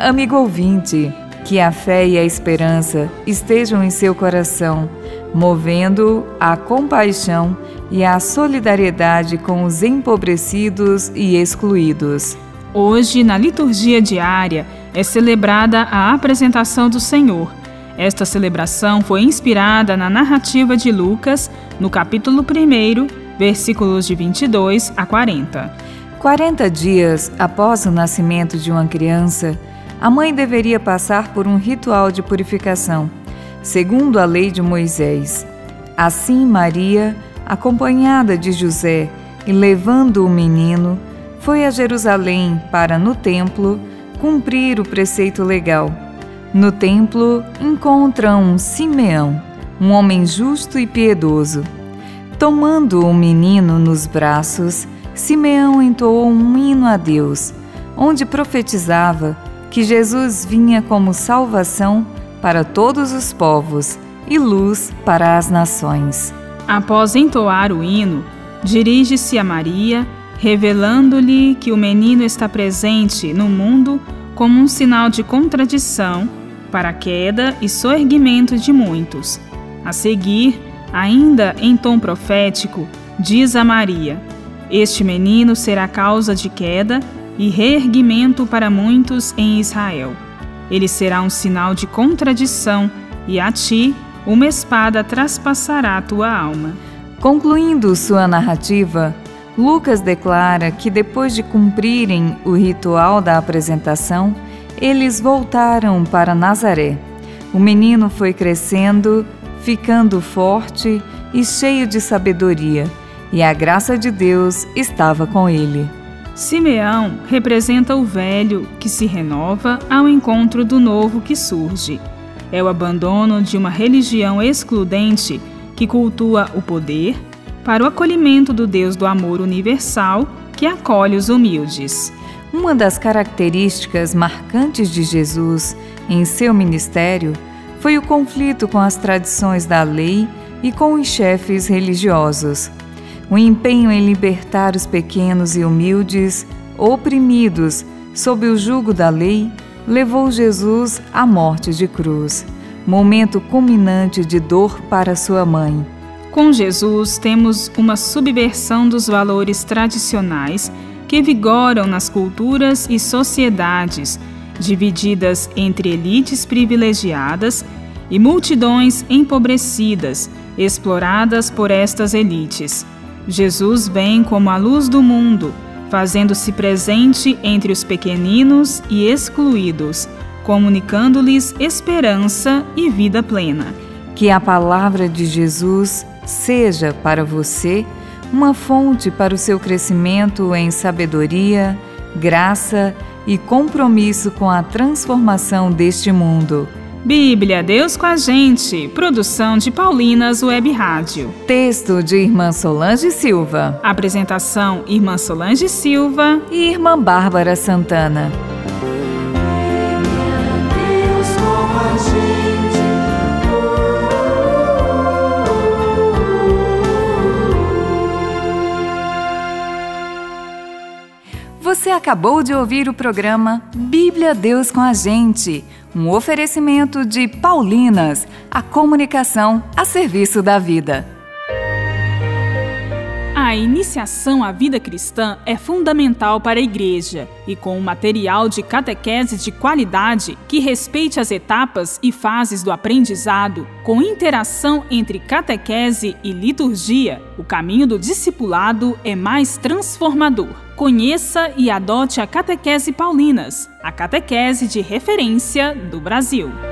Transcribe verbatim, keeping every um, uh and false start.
Amigo ouvinte, que a fé e a esperança estejam em seu coração, movendo a compaixão e a solidariedade com os empobrecidos e excluídos. Hoje, na liturgia diária, é celebrada a apresentação do Senhor. Esta celebração foi inspirada na narrativa de Lucas, no capítulo primeiro, versículos de vinte e dois a quarenta. Quarenta dias após o nascimento de uma criança, a mãe deveria passar por um ritual de purificação, segundo a lei de Moisés. Assim, Maria, acompanhada de José e levando o menino, foi a Jerusalém para, no templo, cumprir o preceito legal. No templo, encontram um Simeão, um homem justo e piedoso. Tomando o menino nos braços, Simeão entoou um hino a Deus, onde profetizava que Jesus vinha como salvação para todos os povos e luz para as nações. Após entoar o hino, dirige-se a Maria, revelando-lhe que o menino está presente no mundo como um sinal de contradição para a queda e soerguimento de muitos. A seguir, ainda em tom profético, diz a Maria: este menino será causa de queda e reerguimento para muitos em Israel. Ele será um sinal de contradição e a ti uma espada traspassará a tua alma. Concluindo sua narrativa, Lucas declara que depois de cumprirem o ritual da apresentação, eles voltaram para Nazaré. O menino foi crescendo, ficando forte e cheio de sabedoria, e a graça de Deus estava com ele. Simeão representa o velho que se renova ao encontro do novo que surge. É o abandono de uma religião excludente que cultua o poder para o acolhimento do Deus do amor universal que acolhe os humildes. Uma das características marcantes de Jesus em seu ministério foi o conflito com as tradições da lei e com os chefes religiosos. O empenho em libertar os pequenos e humildes, oprimidos sob o jugo da lei, levou Jesus à morte de cruz, momento culminante de dor para sua mãe. Com Jesus, temos uma subversão dos valores tradicionais que vigoram nas culturas e sociedades, divididas entre elites privilegiadas e multidões empobrecidas, exploradas por estas elites. Jesus vem como a luz do mundo, fazendo-se presente entre os pequeninos e excluídos, comunicando-lhes esperança e vida plena. Que a palavra de Jesus seja para você uma fonte para o seu crescimento em sabedoria, graça e compromisso com a transformação deste mundo. Bíblia, Deus com a gente. Produção de Paulinas Web Rádio. Texto de Irmã Solange Silva. Apresentação: Irmã Solange Silva e Irmã Bárbara Santana. Você acabou de ouvir o programa Bíblia Deus com a Gente, um oferecimento de Paulinas, a comunicação a serviço da vida. A iniciação à vida cristã é fundamental para a Igreja e com um material de catequese de qualidade que respeite as etapas e fases do aprendizado, com interação entre catequese e liturgia, o caminho do discipulado é mais transformador. Conheça e adote a Catequese Paulinas, a catequese de referência do Brasil.